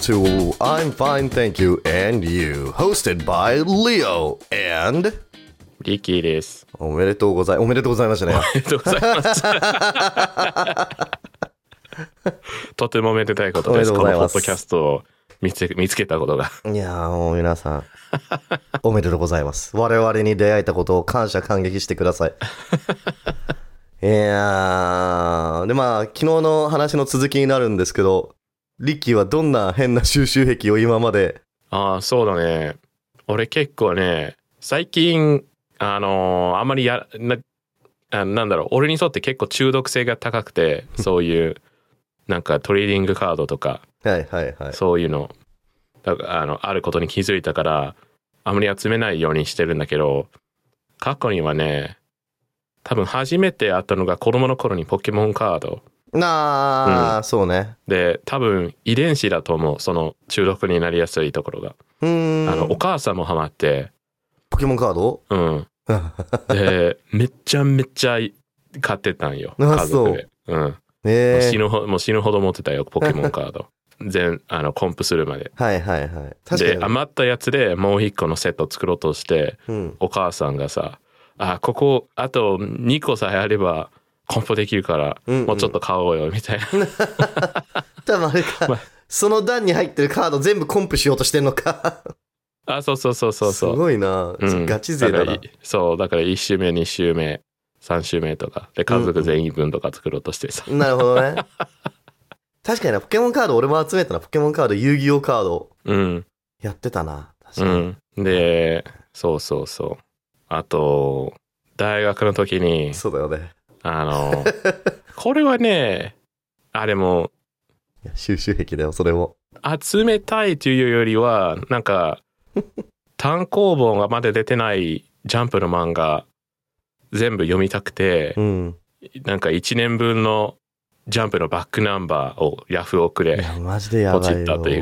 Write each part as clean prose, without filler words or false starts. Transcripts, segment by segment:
to I'm Fine Thank You and You, hosted by Leo and リッキーです。 おめでとうございましたね。 おめでとうございます。とてもおめでたいことです。このポッドキャストを見つけたことが。 いやーもう皆さんおめでとうございます。我々に出会えたことを感激してください。いやーで昨日の話の続きになるんですけど、リッキーはどんな変な収集癖を今まで。 そうだね。俺結構ね、最近あんまりなんだろう、俺にとって結構中毒性が高くて、そういうなんかトレーディングカードとか、 はいはいはい、 そういうのあることに気づいたから、あまり集めないようにしてるんだけど、過去にはね、多分初めて会ったのが子供の頃にポケモンカード。 そうね。 で、多分遺伝子だと思う、その中毒になりやすいところが。お母さんもハマって。 ポケモンカード？ うん。で、めちゃめちゃ買ってたんよ、家族で。うん。もう死ぬほど持ってたよ、ポケモンカード。コンプするまで。 はいはいはい。確かに。 で、余ったやつでもう一個のセット作ろうとして、お母さんがさ、ここ、あと2個さえあれば、コンプできるから、もうちょっと買おうよ、みたいな。 多分あれか、その段に入ってるカード全部コンプしようとしてんのか。 そう。すごいな、ガチ勢だな。 そう、だから1周目、2周目、3周目とか、で、家族全員分とか作ろうとしてさ。 なるほどね。確かにな、ポケモンカード俺も集めたな。ポケモンカード、遊戯王カード。やってたな。確かに。 で、そう。あと、大学の時に。 そうだよね。 これはね、でも、 収集癖だよ、それも。 集めたいというよりは、なんか、単行本がまだ出てないジャンプの漫画、全部読みたくて、なんか1年分のジャンプのバックナンバーをヤフオクでマジでやばいよ。 ポチったという。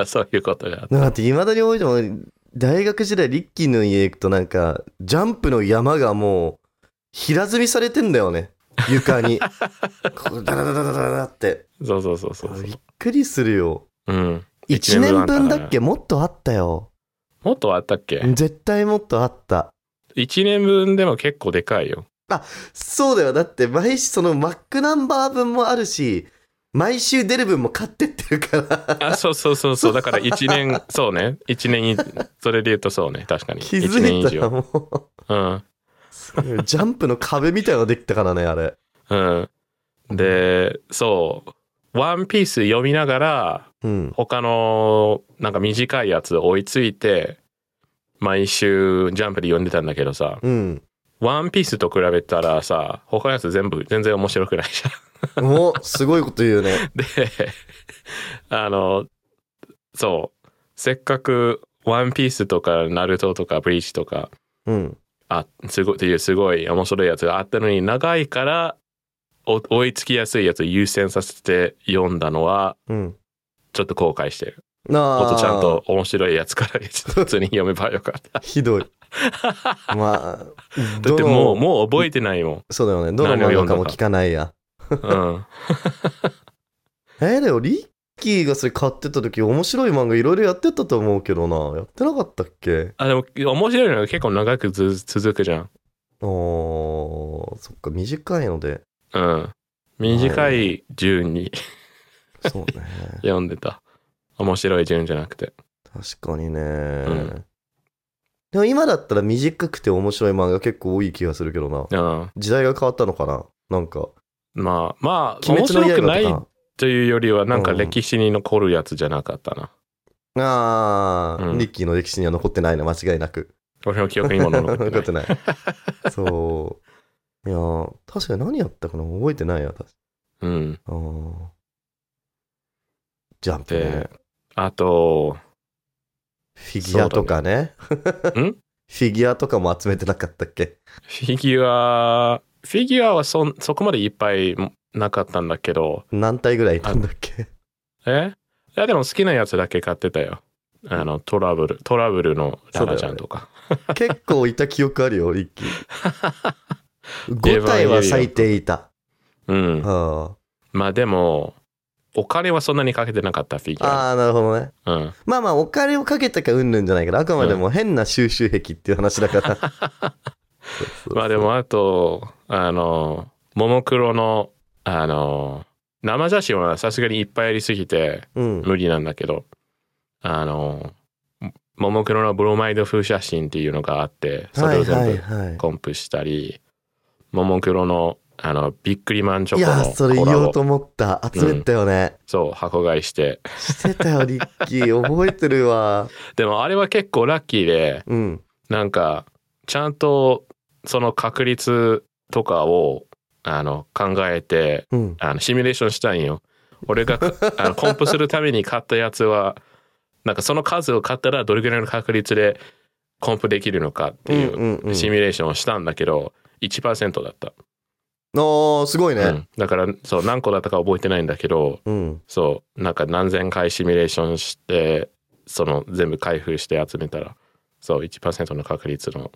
そういうことがあった。 だって未だに覚えても、大学時代リッキーの家行くとなんか、ジャンプの山がもう、平積みされてんだよね。床に。こうダラダラダラダラって。 そう。 びっくりするよ。 1 年分だっけ？もっとあったよ。 もっとあったっけ？ 絶対もっとあった。 1年分でも結構でかいよ。 そうだよ。だって毎週そのマックナンバー分もあるし、毎週出る分も買ってってるから。 そう。だから1年、そうね。1年、それで言うとそうね。確かに。 気づいたらもう。 ジャンプの壁みたいなのできたからね、あれ。 で、そう。ワンピース読みながら、他のなんか短いやつ追いついて、毎週ジャンプで読んでたんだけどさ、ワンピースと比べたらさ、他のやつ全然面白くないじゃん。 すごいこと言うね。 で、そう。せっかくワンピースとかナルトとかブリーチとか、すごい面白いやつがあったのに、長いから追いつきやすいやつを優先させて読んだのは、ちょっと後悔してる。もっとちゃんと面白いやつから普通に読めばよかった。 ひどい。 だってもう覚えてないもん。 そうだよね。どの漫画かも聞かないや。でもリッキーがそれ買ってた時面白い漫画いろいろやってたと思うけどな。やってなかったっけ？ でも面白いのが結構長く続くじゃん。 そっか、短いので。 短い順にそうね。 読んでた。面白い順じゃなくて。 確かにね。でも今だったら短くて面白い漫画結構多い気がするけどな。時代が変わったのかな。なんか。 面白くないというよりはなんか歴史に残るやつじゃなかったな。 リッキーの歴史には残ってないの間違いなく。 俺の記憶にも残ってない。そう。いや確かに何やったかな覚えてないや。ジャンプね。 あと、 フィギュアとかね。フィギュアとかも集めてなかったっけ？ フィギュアはそこまでいっぱいなかったんだけど。 何体ぐらいいたんだっけ？ いやでも好きなやつだけ買ってたよ。トラブルのララちゃんとか。 結構いた記憶あるよ、リッキー。5体は最低いた。 まあでも、 お金はそんなにかけてなかったフィギュア。 ああ、なるほどね。 うん。 まあまあ、お金をかけたかうんぬんじゃないけど、あくまでも変な収集癖っていう話だから。 まあでも、あと、ももクロの、生写真はさすがにいっぱいありすぎて、無理なんだけど、ももクロのブロマイド風写真っていうのがあって、それを全部コンプしたり、ももクロのビックリマンチョコのコラボ。 いや、それ言おうと思った。集めたよね。 そう、箱買いして。 してたよ、リッキー。覚えてるわ。 でもあれは結構ラッキーで、なんか、ちゃんとその確率とかを考えて、シミュレーションしたんよ。俺がコンプするために買ったやつは、なんかその数を買ったらどれぐらいの確率でコンプできるのかっていうシミュレーションをしたんだけど、1% だった。 すごいね。 だから、そう、何個だったか覚えてないんだけど、そう、なんか何千回シミュレーションして、全部開封して集めたら、そう、1% の確率の、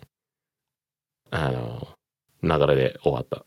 流れで終わった。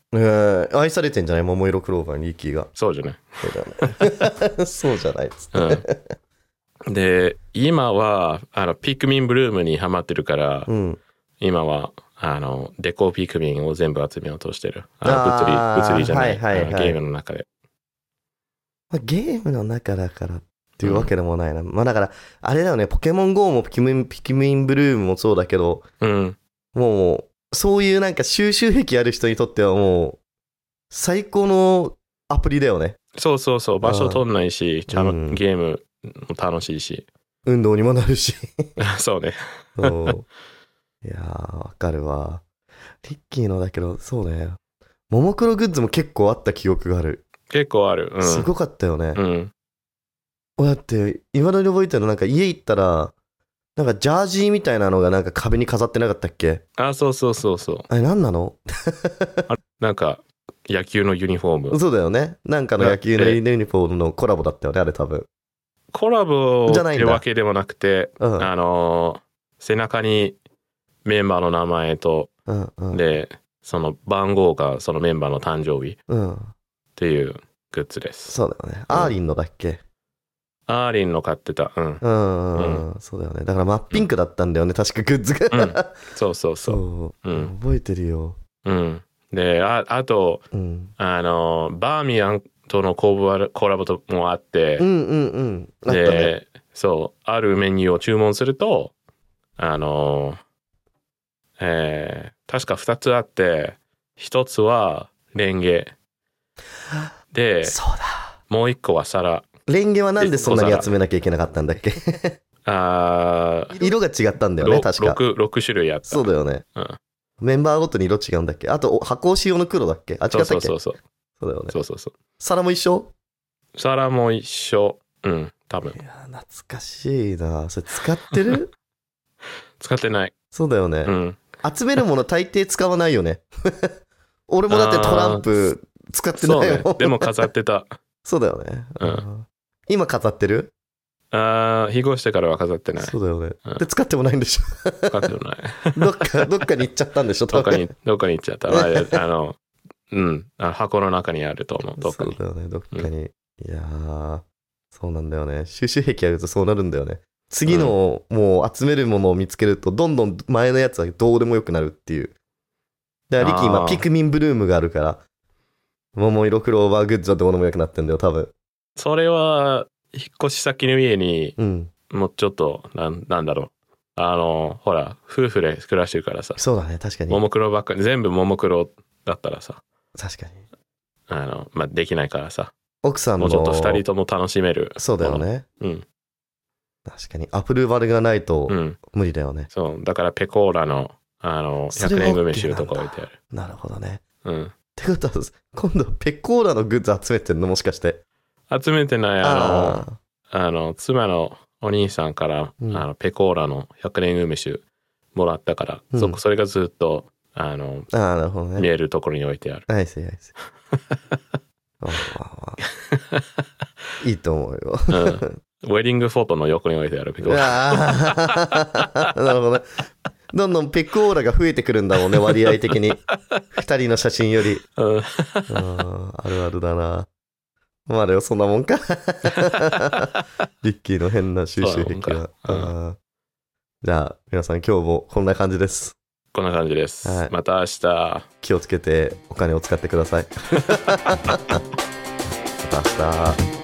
愛されてんじゃない桃色クローバーにリッキーが。 そうじゃない。 そうだね。そうじゃないっつって。 で、今は、ピクミンブルームにハマってるから、今は、デコピクミンを全部集めようとしてる。物理じゃない、ゲームの中で。 ゲームの中だからっていうわけでもないな。まあだから、あれだよね、ポケモン GO もピクミンブルームもそうだけど、もう、そういうなんか収集癖ある人にとってはもう、最高のアプリだよね。 そうそうそう、場所取んないし、ゲームも楽しいし。 運動にもなるし。 そうね。 そういやー、わかるわ。リッキーのだけど、そうね。ももクログッズも結構あった記憶がある。 結構ある。 すごかったよね。だって、今だに覚えてるの、なんか家行ったら、なんかジャージーみたいなのがなんか壁に飾ってなかったっけ？ そうそうそうそう。 あれ何なの？ なんか、野球のユニフォーム。 そうだよね。なんかの野球のユニフォームのコラボだったよね、あれ多分。 コラボってわけでもなくて、背中にメンバーの名前と、で、その番号がそのメンバーの誕生日っていうグッズです。 そうだよね。アーリンのだっけ？ アーリンの買ってた。 そうだよね。だから真っピンクだったんだよね、確かグッズが。 そうそうそう。 覚えてるよ。 で、あと、バーミヤンとのコラボともあって、で、そう、あるメニューを注文すると、確か2つあって、1つはレンゲ。で、もう1個は皿。 レンゲはなんでそんなに集めなきゃいけなかったんだっけ？色が違ったんだよね、確か。 6種類あった。 そうだよね。メンバーごとに色違うんだっけ？あと、箱押し用の黒だっけ？違ったっけ？そうだよね。 そう。 皿も一緒？ 皿も一緒。多分。 いや、懐かしいな。それ使ってる？ 使ってない。 そうだよね。集めるもの大抵使わないよね。俺もだってトランプ使ってないよ。 そうね。でも飾ってた。 そうだよね。今飾ってる？ 引っ越してからは飾ってない。 そうだよね。で、使ってもないんでしょ？ 使ってもない。 どっかに行っちゃったんでしょ？ どっかに行っちゃった。箱の中にあると思う。どっかに。 そうだよね、どっかに。いやー、そうなんだよね。収集癖あるとそうなるんだよね。次の、もう集めるものを見つけると、どんどん前のやつはどうでもよくなるっていう。だからリキ今、ピクミンブルームがあるから、桃色クローバーグッズはどうでもよくなってんだよ、多分。 それは、引っ越し先の家に、もうちょっと、なんだろう。ほら、夫婦で暮らしてるからさ。 そうだね、確かに。 ももクロばっかり、全部ももクロだったらさ。 確かに。 まあ、できないからさ。 奥さんの。 もうちょっと二人とも楽しめる。 そうだよね。確かに。アプルバルがないと無理だよね。 そう。だからペコーラの、100年梅酒とか置いてある。 なるほどね。ってことは、今度ペコーラのグッズ集めてんの？もしかして。 集めてない。妻のお兄さんから、ペコーラの100年梅酒もらったから、それがずっと、 なるほどね。 見えるところに置いてある。 はいせ。いいと思うよ。 ウェディングフォトの横に置いてあるペコーラ。 なるほどね。どんどんペコーラが増えてくるんだもんね、割合的に。2人の写真より。あるあるだな。 まあでもそんなもんか。リッキーの変な収集癖は。じゃあ皆さん今日もこんな感じです。 こんな感じです。はい、また明日。 気をつけてお金を使ってください。また明日。